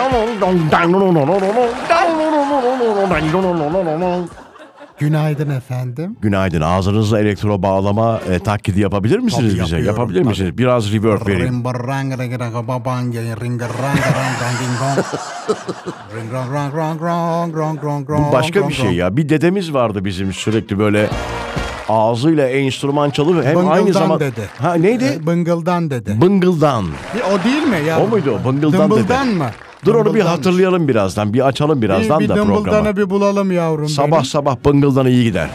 Günaydın efendim. Günaydın. Ağzınızla elektro bağlama taklidi yapabilir misiniz Tabii bize? yapıyorum, Yapabilir tabii. misiniz? Biraz reverb verin. Bu başka bir şey ya. Bir dedemiz vardı bizim, sürekli böyle ağzıyla enstrüman çalıyor. Hem Bıngıldan aynı zamanda... dedi. Ha, neydi? Bıngıldan dedi. Bıngıldan. O değil mi ya? O muydu o? Bıngıldan dedi. Dımbıldan mı? Dur, onu bir Dımbıldanmış. hatırlayalım birazdan. Bir açalım birazdan Bir da programı. dımbıldanı bir bulalım yavrum Sabah benim. sabah bıngıldanı iyi gider.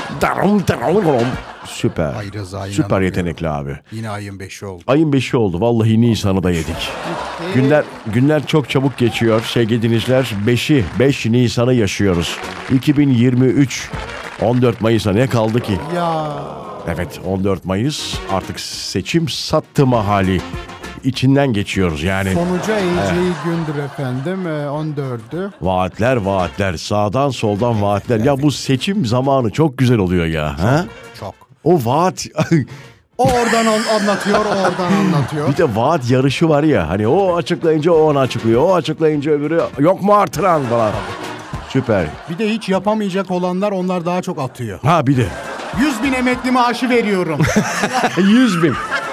Süper. Ay Rıza, Süper inanamıyorum. yetenekli abi. Yine ayın 5'i oldu. Ayın 5'i oldu. Vallahi Nisan'ı da yedik. Günler çok çabuk geçiyor sevgili dinleyiciler. 5 Nisan'ı yaşıyoruz. 2023. 14 Mayıs'a ne kaldı ki? Ya Evet, 14 Mayıs artık seçim sattı hali. İçinden geçiyoruz yani. sonuca eğeceği gündür efendim. 14'ü. Vaatler, sağdan soldan vaatler. Ya bu seçim zamanı çok güzel oluyor ya. Ha? Çok. O vaat... O oradan anlatıyor, o oradan anlatıyor. Bir de vaat yarışı var ya. Hani o açıklayınca o onu açıklıyor. O açıklayınca öbürü yok mu artıran falan. Süper. Bir de hiç yapamayacak olanlar, onlar daha çok atıyor. Ha bir de 100.000 emekli maaşı veriyorum. 100.000.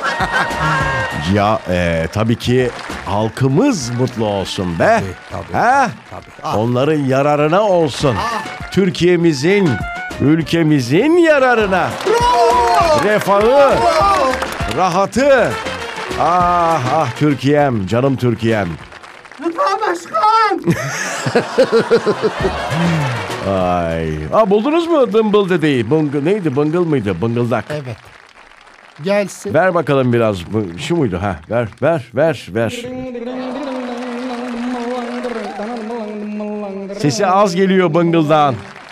Ya tabii ki halkımız mutlu olsun be. Tabii. Ha? Tabii. Ah. Onların yararına olsun. Türkiye'mizin, ülkemizin yararına. Refahı, rahatı. Ah Türkiye'm, canım Türkiye'm. Başkan! Ay. Buldunuz mu Dımbıl dedeyi? Neydi? Bıngıl mıydı? Bıngıldak. Evet. Gelsin. Ver bakalım biraz. Şu muydu? Ha, ver. Sesi az geliyor bıngıldan.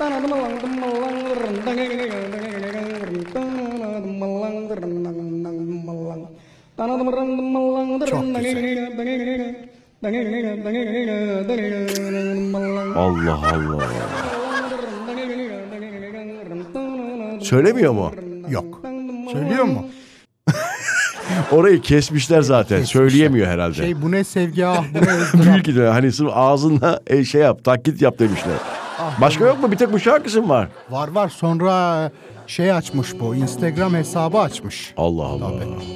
Allah Allah. Söylemiyor mu? Yok. Söylüyor mu? Orayı kesmişler zaten. Söyleyemiyor herhalde. Bu ne sevgi, ah bu ne ızdırap. Büyük ihtimalle hani sırf ağzınla taklit yap demişler. Başka yok mu? Bir tek bu şarkısı mı var? Var sonra açmış bu. Instagram hesabı açmış. Allah Allah.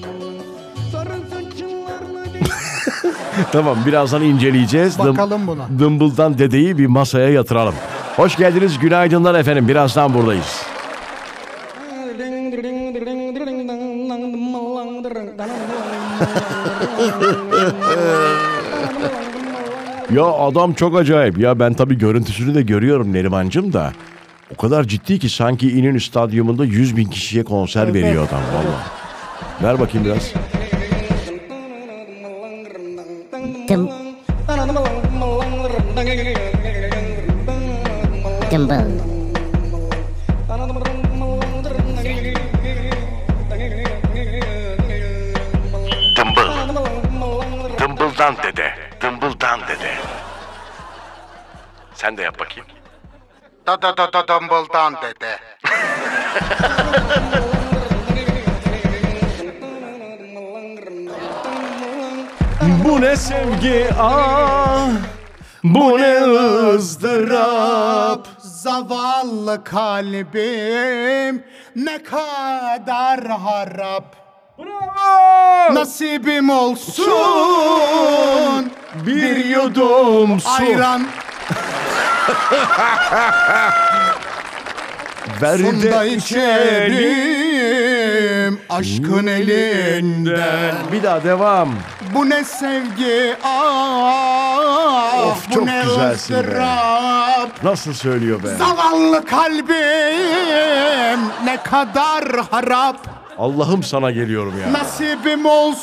Tamam, birazdan inceleyeceğiz. Bakalım buna. Dımbıldan dedeyi bir masaya yatıralım. Hoş geldiniz, günaydınlar efendim. Birazdan buradayız. Ya adam çok acayip. Ya ben tabii görüntüsünü de görüyorum Nerimancığım da. O kadar ciddi ki sanki İnönü Stadyumunda 100.000 kişiye konser veriyor adam vallahi. Ver bakayım biraz. Dımbıl. Dımbıldan dede. Dımbıldan dede. Sen de yap bakayım. Dımbıldan dede. Bu ne sevgi bu ne ızdırap. Zavallı kalbim ne kadar harap. Nasibim olsun Bir yudum su. ayran. Ver Sonda de içerim aşkın elinden. Bir daha devam. Bu ne sevgi, Of, bu çok ne güzelsin be. ızdırap. Nasıl söylüyor be? Zavallı kalbim ne kadar harap. Allah'ım sana geliyorum ya. Nasibim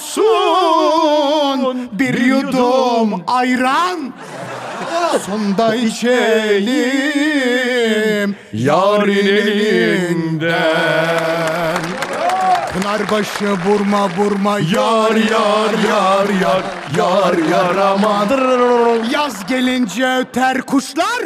olsun bir yudum ayran. Sonda içelim yarın elinden. Pınarbaşı vurma yar aman. Yaz gelince öter kuşlar.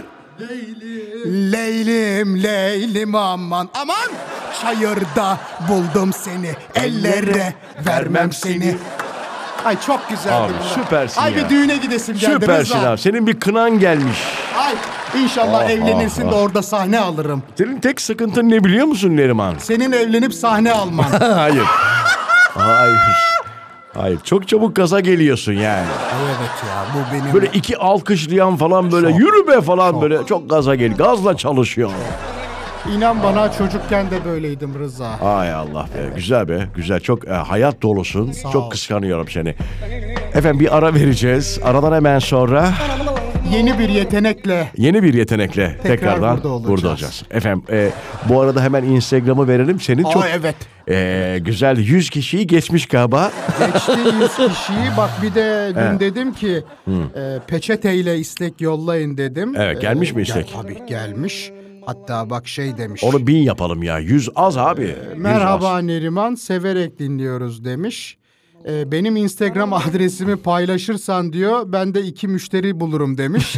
Leylim aman. Çayırda buldum seni, ellere vermem seni. Ay çok güzeldi. Abi bunlar. süpersin Ay ya. bir düğüne gidesim geldi. Süpersin Rıza. abi. Senin bir kınan gelmiş. Ay inşallah Ah, evlenirsin ah, de ah. orada sahne alırım. Senin tek sıkıntın ne biliyor musun Neriman? Senin evlenip sahne alman. Hayır. Hayır. Hayır. Çok çabuk gaza geliyorsun yani. Evet ya bu benim. Böyle iki alkışlayan falan böyle Çok, yürü be falan çok. böyle çok gaza gel. Gazla çalışıyor. İnan bana çocukken de böyleydim Rıza. Ay Allah be. Güzel be. Güzel. Çok hayat dolusun. Sağ Çok ol. kıskanıyorum seni. Efendim bir ara vereceğiz. Aradan hemen sonra Yeni bir yetenekle. yeni bir yetenekle tekrardan burada olacağız. burada olacağız. Efendim bu arada hemen Instagram'ı verelim. Senin çok Evet. güzel 100 kişiyi geçmiş galiba. Geçti 100 kişiyi. Bak bir de dün dedim ki peçeteyle istek yollayın dedim. Evet, gelmiş mi istek? Tabii gelmiş. Hatta bak şey demiş. Onu 1000 yapalım ya. 100 az abi. 100 Merhaba az. Neriman, severek dinliyoruz demiş. Benim Instagram adresimi paylaşırsan diyor, ben de 2 müşteri bulurum demiş.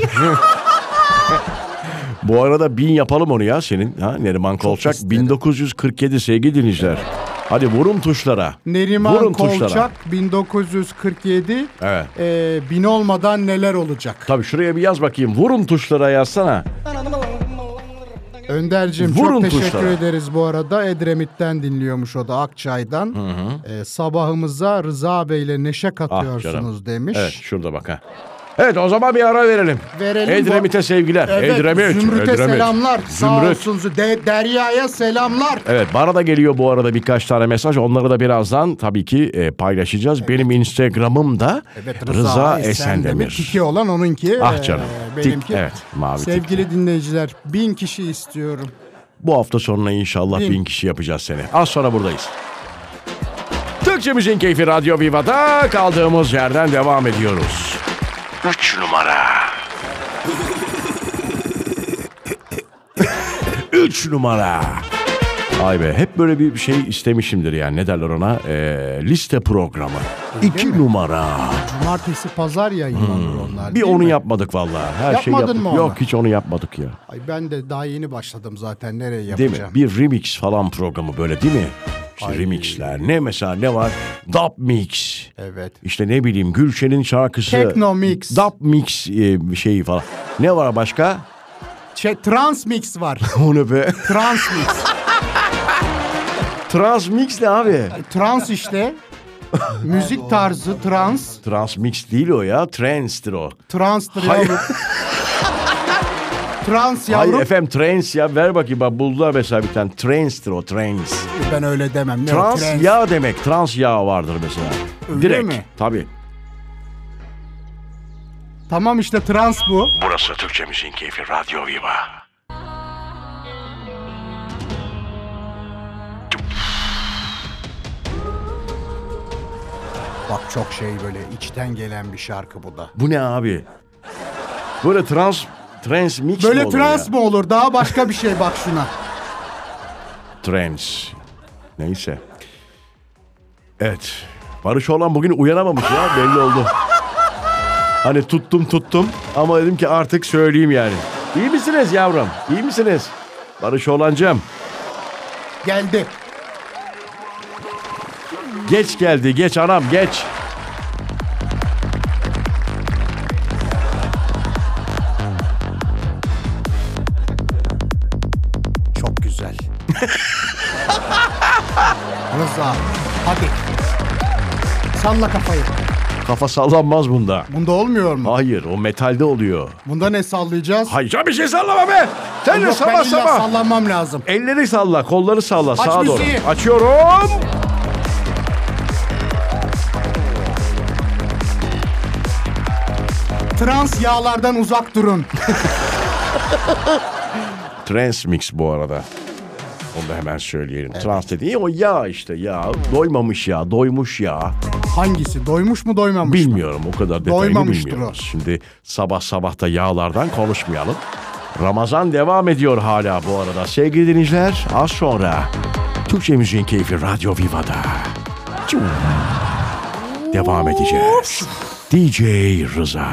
Bu arada 1000 yapalım onu ya senin. Ha, Neriman Kolçak isterim. 1947 sevgili dinleyiciler. Hadi vurun tuşlara. Neriman Vurun tuşlara. Kolçak 1947. Evet. 1000 olmadan neler olacak? Tabii şuraya bir yaz bakayım. Vurun tuşlara yazsana. Önder'cim Vurun çok teşekkür tuşlara. ederiz bu arada. Edremit'ten dinliyormuş o da, Akçay'dan. Sabahımıza Rıza Bey'le neşe katıyorsunuz demiş. Evet şurada bak ha. Evet o zaman bir ara verelim. Verelim. Edremit'e sevgiler. Evet, Edremit. Zümrüt'e Edremit. selamlar. Sağ Zümrüt. olsun. Derya'ya selamlar. Evet bana da geliyor bu arada birkaç tane mesaj. Onları da birazdan tabii ki paylaşacağız. Benim Instagram'ım da Evet, Rıza Esendemir. Tiki olan onunki. Ah canım. Benimki. Tik, evet, mavi Sevgili dinleyiciler, 1000 kişi istiyorum. Bu hafta sonuna inşallah 1000 kişi yapacağız seni. Az sonra buradayız. Türkçe Müziğin Keyfi Radyo Viva'da kaldığımız yerden devam ediyoruz. 3 numara. 3 numara. Ay be hep böyle bir şey istemişimdir yani ne derler ona liste programı. 2 numara. Cumartesi, pazar yayınlanır onlar. Bir değil onu mi? yapmadık vallahi. Her Yapmadın şey yaptık. mı onu? Yok hiç onu yapmadık ya. Ay ben de daha yeni başladım zaten. Nereye Değil yapacağım? mi? Bir remix falan programı böyle değil mi? İşte Ay. remixler. Ne mesela ne var? Dub mix. Evet. İşte ne bileyim Gülşen'in şarkısı. Techno mix. Dub mix şeyi falan. Ne var başka? Trans mix var. O ne be? Trans mix. Trans mix ne abi? Trans işte. Müzik tarzı trans. Trans mix değil o ya. Trance'tir o. Transtır Hayır. yavrum. Trans yavrum. Hayır efendim trance ya. Ver bakayım bak buldular mesela bir tane. Trance'tir o trance. Ben öyle demem. Ne o, Trans yağ demek. Trans yağ vardır mesela. Öyle Direkt. mi? Tabii. Tamam işte trans bu. Burası Türkçe Müziğin Keyfi Radyo Viva. Bak çok şey böyle içten gelen bir şarkı bu da. Bu ne abi? Böyle trance mix Böyle mi olur trans ya? mı olur? Daha başka bir şey bak şuna. Trance. Neyse. Evet. Barış olan bugün uyanamamış ya belli oldu. Hani tuttum ama dedim ki artık söyleyeyim yani. İyi misiniz yavrum? İyi misiniz? Barış Olancığım. Geldi. Geç geldi geç anam geç. Çok güzel. Rıza hadi. Salla kafayı. Kafa sallanmaz bunda. Bunda olmuyor mu? Hayır o metalde oluyor. Bunda ne sallayacağız? Hayır bir şey sallama be. Sen de Yok, ben sabah illa sabah. sallanmam lazım. Elleri salla, kolları salla sağa doğru. müziği. Açıyorum. Trans yağlardan uzak durun. Trans mix bu arada. Onu da hemen söyleyelim. Trans dediği o yağ işte yağ. Doymamış yağ, doymuş yağ. Hangisi? Doymuş mu doymamış mı? Bilmiyorum o kadar detayını Doymamıştır bilmiyoruz. Şimdi sabah da yağlardan konuşmayalım. Ramazan devam ediyor hala bu arada. Sevgili dinleyiciler az sonra Türkçe Müziğin Keyfi Radyo Viva'da. Devam edeceğiz. DJ Rıza.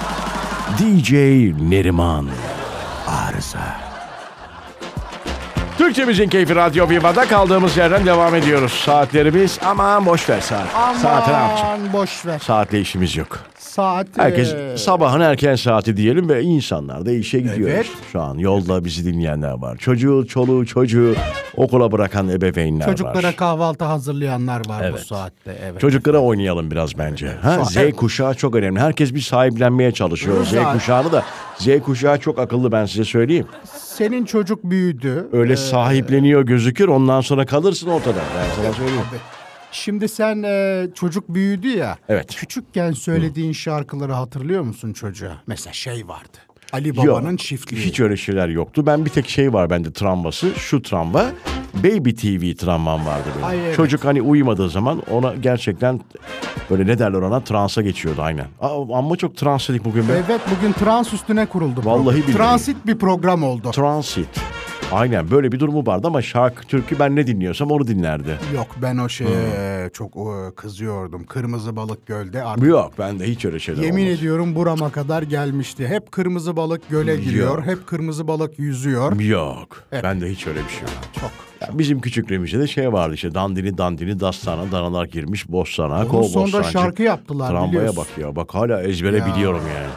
DJ Neriman. Arıza. Türkçemizin Keyfi Radyo Viva'da kaldığımız yerden devam ediyoruz. Saatlerimiz aman boş ver saat. Saate ne yapacaksın? Aman boş ver. Saatle işimiz yok. Saat. Herkes sabahın erken saati diyelim ve insanlar da işe gidiyor. Evet. Şu an yolda bizi dinleyenler var. Çoluğu çocuğu okula bırakan ebeveynler Çocuklara var. kahvaltı hazırlayanlar var Evet. bu saatte. Evet. Çocuklara oynayalım biraz bence. Ha, Z kuşağı çok önemli. Herkes bir sahiplenmeye çalışıyor. Z Güzel. kuşağını da. Z kuşağı çok akıllı, ben size söyleyeyim. Senin çocuk büyüdü. Öyle sahipleniyor gözükür, ondan sonra kalırsın ortada. Ben sana söyleyeyim. Şimdi sen çocuk büyüdü ya. Evet. Küçükken söylediğin şarkıları hatırlıyor musun çocuğa? Mesela şey vardı. Ali Baba'nın çiftliği. Hiç öyle şeyler yoktu. Ben bir tek şey var bende travması. Şu travma. Baby TV travmam vardı benim. Ay, evet. Çocuk hani uyumadığı zaman ona gerçekten böyle ne derler ona, transa geçiyordu aynen. Ama çok trans dedik bugün be. Evet, bugün trans üstüne kuruldu. Vallahi program. billahi. Transit bir program oldu. Transit. Aynen böyle bir durumu vardı ama şarkı, türkü ben ne dinliyorsam onu dinlerdi. Yok, ben o şeye çok kızıyordum. Kırmızı Balık Göl'de artık. Yok, bende hiç öyle şeyler Yemin olmaz. ediyorum burama kadar gelmişti. Hep kırmızı balık göle giriyor. Yok. Hep kırmızı balık yüzüyor. Yok. Evet. Bende hiç öyle bir şey yok. Çok. Ya bizim küçüklüğümüzde de şey vardı işte, dandini dastana, danalar girmiş bostana, Onun kol sonra bostancı. şarkı yaptılar, Tramvaya biliyorsun. bak ya, bak hala ezbere Ya. biliyorum yani.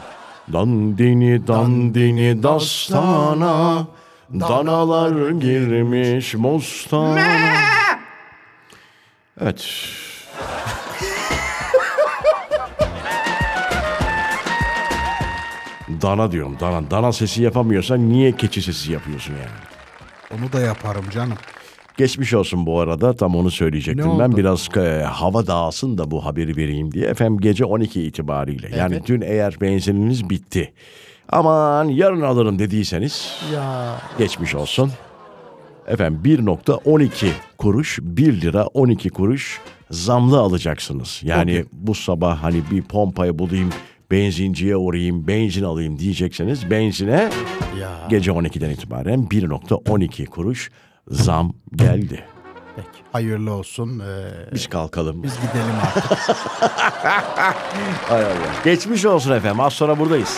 Dandini dastana, danalar girmiş bostana. Evet. Dana diyorum, dana. Dana sesi yapamıyorsan niye keçi sesi yapıyorsun yani? Onu da yaparım canım. Geçmiş olsun bu arada, tam onu söyleyecektim Ne ben. oldu? Biraz hava dağılsın da bu haberi vereyim diye. Efendim gece 12 itibariyle. Yani Evet. dün eğer benzininiz bitti, aman yarın alırım dediyseniz Ya geçmiş olsun. Efendim 1.12 kuruş, 1 lira 12 kuruş zamlı alacaksınız. Yani bu sabah hani bir pompayı bulayım, benzinciye uğrayayım, benzin alayım diyecekseniz benzine ya. gece 12'den itibaren 1.12 kuruş zam geldi. Peki. Hayırlı olsun. Biz kalkalım. Biz gidelim artık. Hay Allah. Geçmiş olsun efendim. Az sonra buradayız.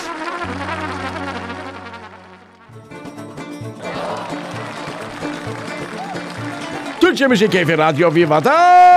Türkçe Müzik Keyfi Radyo Viva'da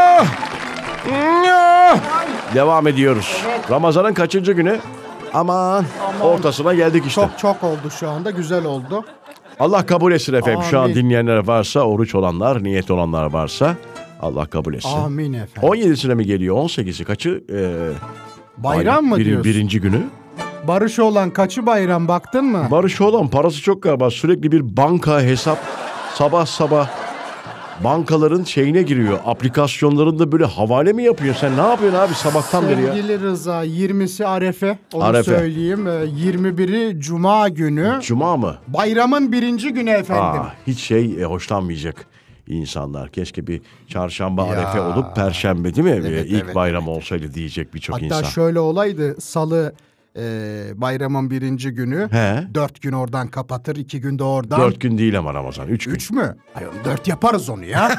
devam ediyoruz. Ramazan'ın kaçıncı günü? Aman. Ortasına geldik işte. Çok oldu şu anda. Güzel oldu. Allah kabul etsin efendim. Şu an Amin. dinleyenler varsa, oruç olanlar, niyet olanlar varsa Allah kabul etsin. Amin efendim. 17'sine mi geliyor? 18'i kaçı? Bayram mı diyorsun? Birinci günü. Barış olan kaçı bayram, baktın mı? Barış olan parası çok galiba. Sürekli bir banka hesap. Sabah bankaların şeyine giriyor. Aplikasyonlarında böyle havale mi yapıyor? Sen ne yapıyorsun abi sabahtan beri ya? Sevgili Rıza, 20'si Arefe. Onu Arefe. söyleyeyim. 21'i Cuma günü. Cuma mı? Bayramın birinci günü efendim. Hiç hoşlanmayacak insanlar. Keşke bir çarşamba Ya. arefe olup perşembe değil mi? Evet, İlk evet, bayram olsaydı diyecek birçok Hatta insan. şöyle olaydı. Salı bayramın birinci günü. He. 4 gün oradan kapatır, 2 gün de oradan. 4 gün değil ama Ramazan. 3 gün. 3 mü? Ay, 4 yaparız onu ya.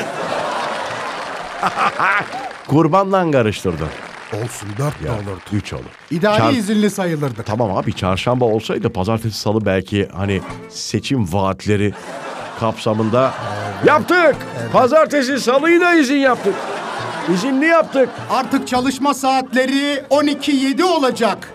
Kurbandan karıştırdın. Olsun, 4 de olurdu. 3 olur. İdari Çar- izinli sayılırdı. Tamam abi, çarşamba olsaydı pazartesi salı belki hani seçim vaatleri kapsamında yaptık. Pazartesi salıyı da izin yaptık. İzinli yaptık. Artık çalışma saatleri 12-7 olacak.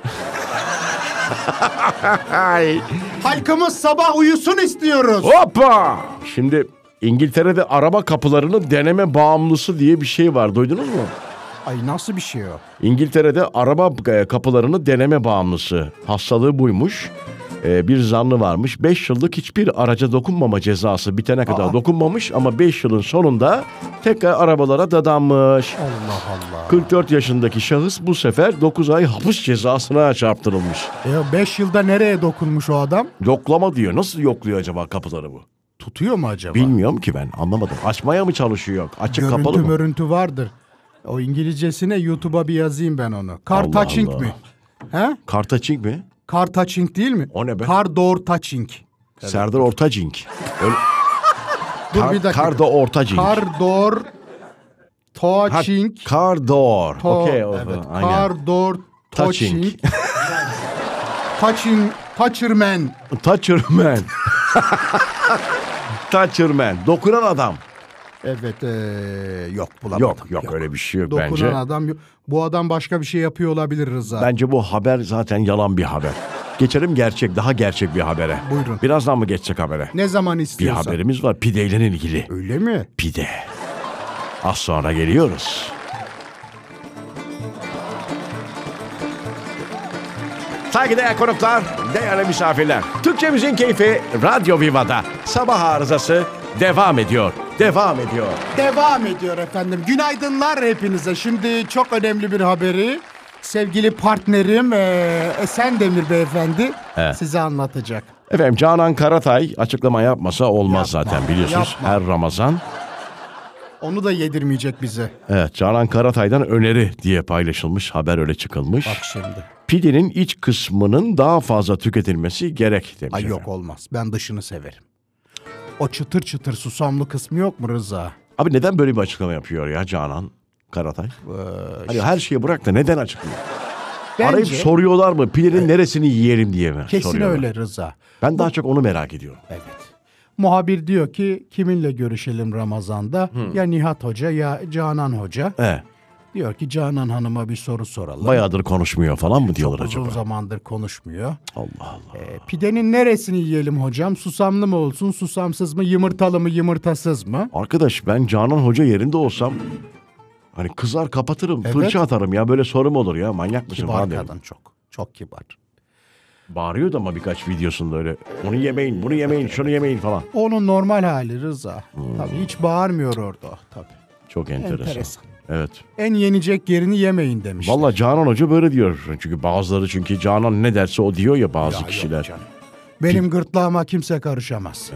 Ay. Halkımız sabah uyusun istiyoruz. Hoppa! Şimdi İngiltere'de araba kapılarını deneme bağımlısı diye bir şey var. Duydunuz mu? Ay, nasıl bir şey o? İngiltere'de araba kapılarını deneme bağımlısı. Hastalığı buymuş. Bir zanlı varmış. 5 yıllık hiçbir araca dokunmama cezası bitene kadar dokunmamış ama 5 yılın sonunda tekrar arabalara dadanmış. Allah Allah. 44 yaşındaki şahıs bu sefer 9 ay hapis cezasına çarptırılmış. 5 yılda nereye dokunmuş o adam? Yoklama diyor. Nasıl yokluyor acaba kapıları bu? Tutuyor mu acaba? Bilmiyorum ki ben, anlamadım. Açmaya mı çalışıyor? Açık kapalı mı? Görüntü vardır. O İngilizcesine YouTube'a bir yazayım ben onu. Car Allah touching Allah. mi? He? Kartaçink mi? Car touching değil mi? O ne be? Car door touching. Serdar Ortacink. Öyle... Dur bir dakika. Karda Ortacink. Car door touching. Car door. Okey. Evet. Aynen. Car door touching. Touching. Toucherman. Toucherman. Toucherman. Dokunan adam. Evet, yok bulamadım. Yok öyle bir şey yok Dokunan bence. adam yok. Bu adam başka bir şey yapıyor olabilir Rıza. Bence bu haber zaten yalan bir haber. Geçelim daha gerçek bir habere. Buyurun. Birazdan mı geçecek habere? Ne zaman Bir istiyorsan. haberimiz var pideyle ilgili. Öyle mi? Pide. Az sonra geliyoruz. Saygıdeğer konuklar, değerli misafirler. Türkçemizin keyfi Radyo Viva'da. Sabah arızası devam ediyor. Devam ediyor efendim. Günaydınlar hepinize. Şimdi çok önemli bir haberi sevgili partnerim Esendemir Beyefendi size anlatacak. Efendim Canan Karatay açıklama yapmasa olmaz Yapma, zaten biliyorsunuz. yapma. Her Ramazan. Onu da yedirmeyecek bize. Evet, Canan Karatay'dan öneri diye paylaşılmış, haber öyle çıkılmış. Bak şimdi. Pidenin iç kısmının daha fazla tüketilmesi gerek demiş. Ay yok olmaz. Ben dışını severim. O çıtır çıtır susamlı kısmı yok mu Rıza? Abi neden böyle bir açıklama yapıyor ya Canan Karatay? Hani her şeyi bırak da neden açıklıyor? Arayıp Bence soruyorlar mı pidenin neresini yiyelim diye mi? kesin soruyorlar. öyle Rıza. Ben daha çok onu merak ediyorum. Evet. Muhabir diyor ki kiminle görüşelim Ramazan'da? Ya Nihat Hoca ya Canan Hoca. Diyor ki Canan Hanım'a bir soru soralım. Bayağıdır konuşmuyor falan mı diyorlar Çok acaba? uzun zamandır konuşmuyor. Allah Allah. Pidenin neresini yiyelim hocam? Susamlı mı olsun, susamsız mı, yumurtalı mı, yumurtasız mı? Arkadaş ben Canan Hoca yerinde olsam hani kızar kapatırım, Evet. fırça atarım ya böyle soru mu olur ya manyak mısın Kibar falan derim. kadın çok. Çok kibar. Bağırıyordu ama birkaç videosunda öyle onu yemeyin, bunu yemeyin, şunu yemeyin falan. Onun normal hali Rıza. Tabii hiç bağırmıyor orada. Tabii. Çok enteresan. Evet. En yenecek yerini yemeyin demiş. Vallahi Canan Hoca böyle diyor. Çünkü bazıları Canan ne derse o diyor ya bazı kişiler. Benim gırtlağıma kimse karışamaz.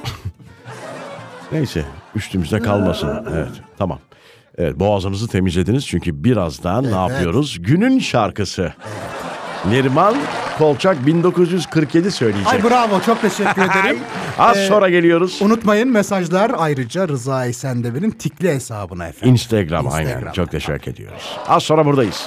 Neyse üstümüzde kalmasın. Evet tamam. Evet boğazınızı temizlediniz çünkü birazdan ne yapıyoruz? Günün şarkısı. Neriman Kolçak 1947 söyleyecek. Ay bravo, çok teşekkür ederim. Az sonra geliyoruz. Unutmayın mesajlar ayrıca Rıza Esendemir'in tikli hesabına efendim. Instagram aynen. Çok teşekkür ediyoruz. Az sonra buradayız.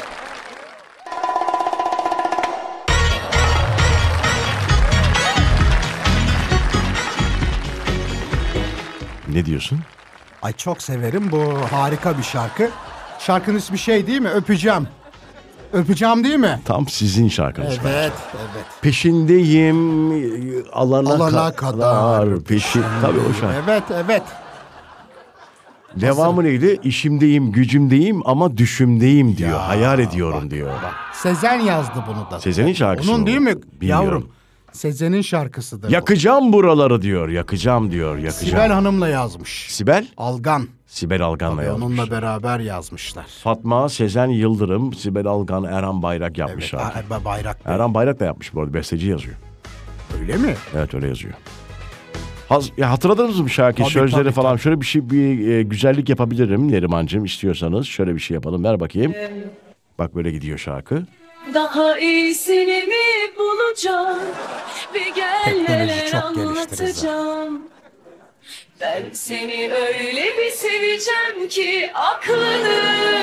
Ne diyorsun? Ay çok severim, bu harika bir şarkı. Şarkının ismi şey değil mi? Öpeceğim. Öpeceğim değil mi? Tam sizin şarkınız. Evet. Peşindeyim alana kadar. Peşin. Tabii o şarkı. Evet. Devamı neydi? İşimdeyim, gücümdeyim ama düşümdeyim diyor. Hayal ediyorum diyor. Sezen yazdı bunu da. Sezen'in şarkısı Onun mı? değil mi? Bilmiyorum. Yavrum. Sezen'in şarkısıdır. Yakacağım buraları diyor. Yakacağım diyor. Yakacağım. Sibel Hanım'la yazmış. Sibel? Algan. Sibel Algan'la Tabii yazmış. onunla beraber yazmışlar. Fatma, Sezen Yıldırım, Sibel Algan, Erhan Bayrak yapmışlar. Evet, Bayrak. Erhan Bayrak da yapmış bu arada. Besteci yazıyor. Öyle mi? Evet öyle yazıyor. Ya hatırladınız mı şarkı Tabii, sözleri tabii, falan? tabii. Şöyle bir güzellik yapabilirim Nerimancığım istiyorsanız. Şöyle bir şey yapalım. Ver bakayım. Bak böyle gidiyor şarkı. Daha iyisini mi bulacağım? Bir gel Teknoloji neler çok gelişti Rıza. anlatacağım. Ben seni öyle bir seveceğim ki aklını.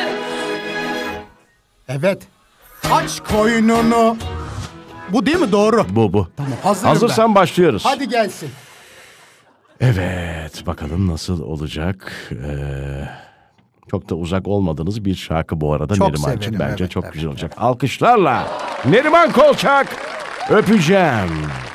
Evet. Aç koynunu. Bu değil mi? Doğru. Bu. Tamam, hazırım Hazırsan ben. başlıyoruz. Hadi gelsin. Evet bakalım nasıl olacak. Çok da uzak olmadığınız bir şarkı bu arada Çok Nerimancığım. severim, Bence evet, çok evet, güzel olacak. Alkışlarla Neriman Kolçak öpeceğim.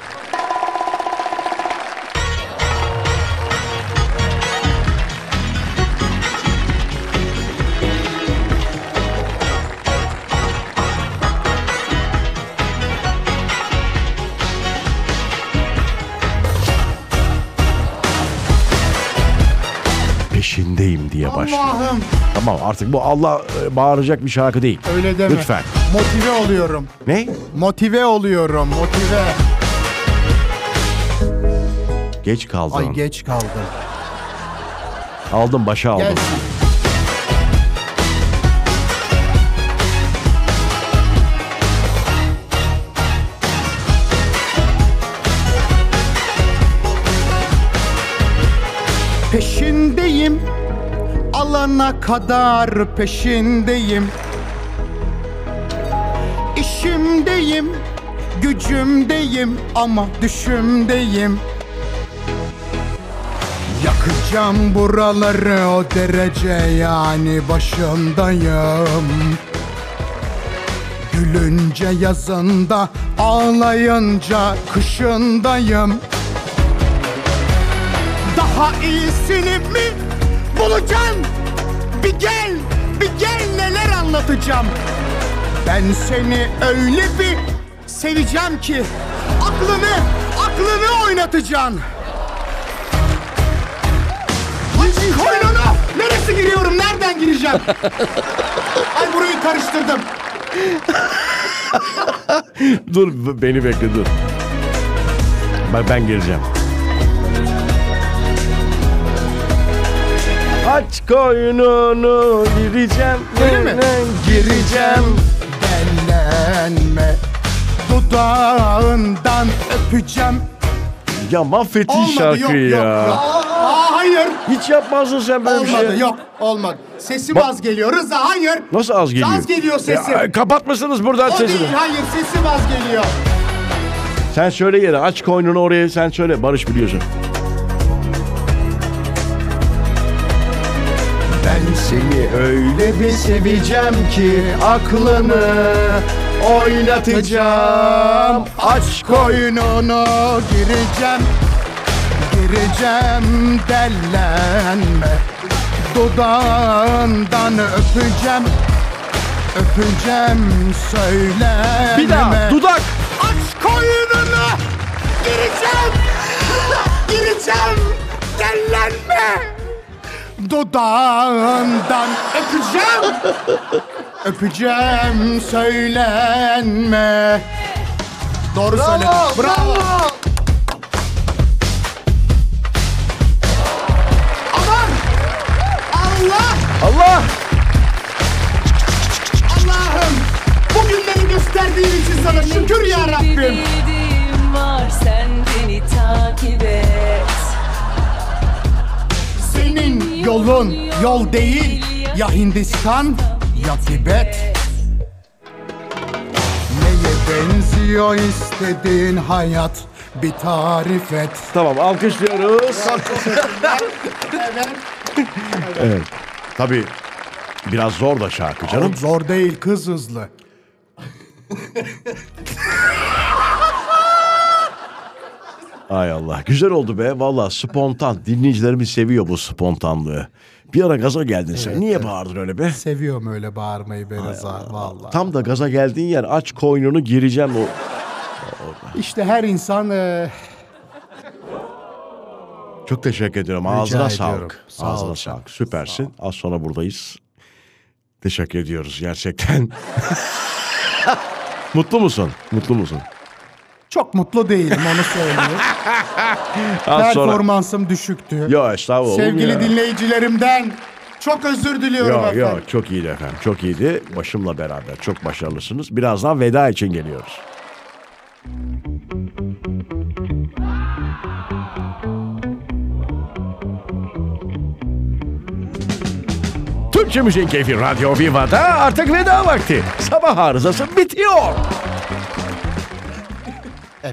Peşindeyim diye başlıyor. Allah'ım. Tamam artık bu Allah bağıracak bir şarkı değil. Öyle deme. Lütfen. Motive oluyorum. Ne? Motive oluyorum. Motive. Geç kaldın. Ay geç kaldım. Aldım başa aldım. Gelsin. Peşindeyim, alana kadar peşindeyim. İşimdeyim, gücümdeyim ama düşümdeyim. Yakacağım buraları o derece, yani başındayım. Gülünce yazında, ağlayınca kışındayım. Daha iyisini mi bulacağım? Bir gel neler anlatacağım. Ben seni öyle bir seveceğim ki aklını oynatacaksın. Aç koynunu! Neresi giriyorum? Nereden gireceğim? Ay burayı karıştırdım. Dur beni bekle dur. Ben geleceğim. Aç koynunu gireceğim. Öyle mi? Gireceğim. Dellenme, dudağından öpeceğim. Ya mahvettin Olmadı, şarkıyı yok. ya. Hayır. Hiç yapmazdın sen böyle bir Olmadı, şey. yok. Olmadı. Sesim Bak- az geliyor. Rıza, hayır. Nasıl az geliyor? Az geliyor sesim. Kapatmışsınız buradan O sesini. değil, hayır. Sesim az geliyor. Sen söyle yere, aç koynunu oraya, sen söyle. Barış biliyorsun. Ben seni öyle bir seveceğim ki aklını oynatacağım. Aç koynunu gireceğim, dellenme. Dudağından öpeceğim, söyleme. Bir daha dudak. Aç koynunu gireceğim, dellenme. Dudağından öpeceğim, söylenme. Doğru söyle. Bravo. Aman! Allah! Allah'ım! Bugünleri gösterdiğin için sana şükür ya Rabbim. Bir bildiğim var, sen beni takip et. Senin yolun yol değil, ya Hindistan ya Tibet. Neye benziyor istediğin hayat, bir tarif et. Tamam, alkışlıyoruz. Evet. Tabii biraz zor da şarkı canım. Zor değil, kız hızlı. Ay Allah. Güzel oldu be. Vallahi spontan. Dinleyicilerimiz seviyor bu spontanlığı. Bir ara gaza geldin sen. Niye bağırdın öyle be? Seviyorum öyle bağırmayı be Rıza, vallahi. Tam da gaza geldiğin yer, aç koynunu gireceğim o. İşte her insan Çok teşekkür ediyorum. Ağzına ediyorum. sağlık. Sağ ol, Ağzına sağ ol, sağlık. Süpersin. Az sonra buradayız. Teşekkür ediyoruz gerçekten. Mutlu musun? Mutlu musun? çok mutlu değilim, onu söyleyeyim. Az sonra. Performansım düşüktü. Yo estağfurullah. Sevgili dinleyicilerimden çok özür diliyorum efendim. Yok çok iyiydi efendim. Çok iyiydi. Başımla beraber çok başarılısınız. Birazdan veda için geliyoruz. Türkçe Müziğin Keyfi Radyo Viva'da artık veda vakti. Sabah arızası bitiyor. Evet.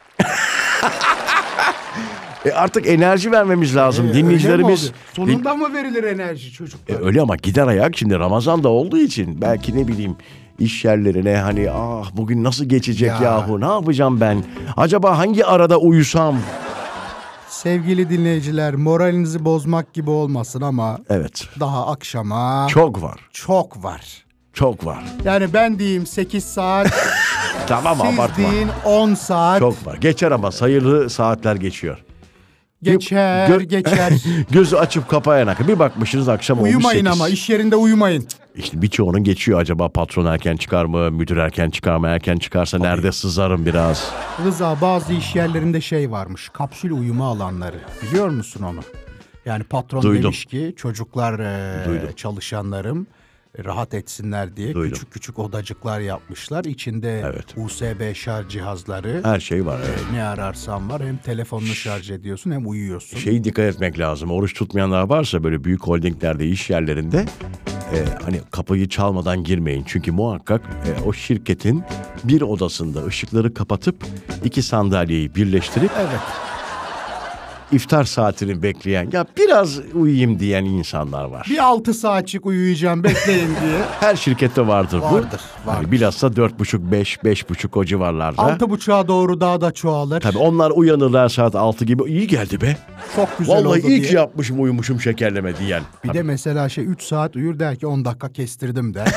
Artık enerji vermemiz lazım. Dinleyicilerimiz... Sonunda mı verilir enerji çocuklar? Öyle ama gider ayak şimdi Ramazan'da olduğu için belki ne bileyim iş yerlerine hani bugün nasıl geçecek Ya. yahu ne yapacağım ben? Acaba hangi arada uyusam? Sevgili dinleyiciler, moralinizi bozmak gibi olmasın ama Evet. daha akşama Çok var. çok var. Çok var. Yani ben diyeyim 8 saat, Tamam siz abartma. deyin 10 saat. Çok var. Geçer ama sayılı saatler geçiyor. Geçer, Gö- geçer. Gözü açıp kapayana kadar bir bakmışsınız akşam olmuş Uyumayın 8. ama iş yerinde uyumayın. İşte birçoğunun geçiyor. Acaba patron erken çıkar mı? Müdür erken çıkar mı? Erken çıkarsa nerede sızarım biraz? Rıza, bazı iş yerlerinde şey varmış, kapsül uyuma alanları. Biliyor musun onu? Yani patron Duydum. demiş ki çocuklar, Duydum. çalışanlarım rahat etsinler diye Duydum. küçük küçük odacıklar yapmışlar. İçinde Evet. USB şarj cihazları, Her şey var. Evet. ne ararsan var. Hem telefonunu şarj ediyorsun hem uyuyorsun. Şeyi dikkat etmek lazım. Oruç tutmayanlar varsa böyle büyük holdinglerde, iş yerlerinde hani kapıyı çalmadan girmeyin. Çünkü muhakkak o şirketin bir odasında ışıkları kapatıp 2 sandalyeyi birleştirip Evet. iftar saatini bekleyen, ya biraz uyuyayım diyen insanlar var. Bir 6 saatçik uyuyacağım bekleyin diye. Her şirkette vardır bu. Vardır. Yani bilhassa 4.30-5.30 o civarlarda. 6.30'a doğru daha da çoğalır. Tabii onlar uyanırlar saat 6 gibi. İyi geldi be. Çok güzel Vallahi oldu iyi diye. ki yapmışım, uyumuşum şekerleme diyen. Bir de mesela 3 saat uyur der ki 10 dakika kestirdim der.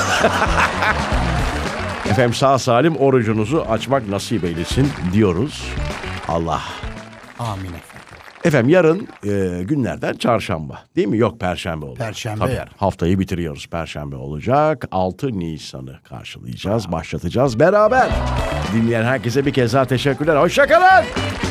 Efendim sağ salim orucunuzu açmak nasip eylesin diyoruz. Allah. Amin efendim. Efendim yarın günlerden çarşamba değil mi? Yok perşembe olacak. Perşembe Tabii, yarın. haftayı bitiriyoruz. Perşembe olacak. 6 Nisan'ı karşılayacağız, başlatacağız beraber. Dinleyen herkese bir kez daha teşekkürler. Hoşça kalın.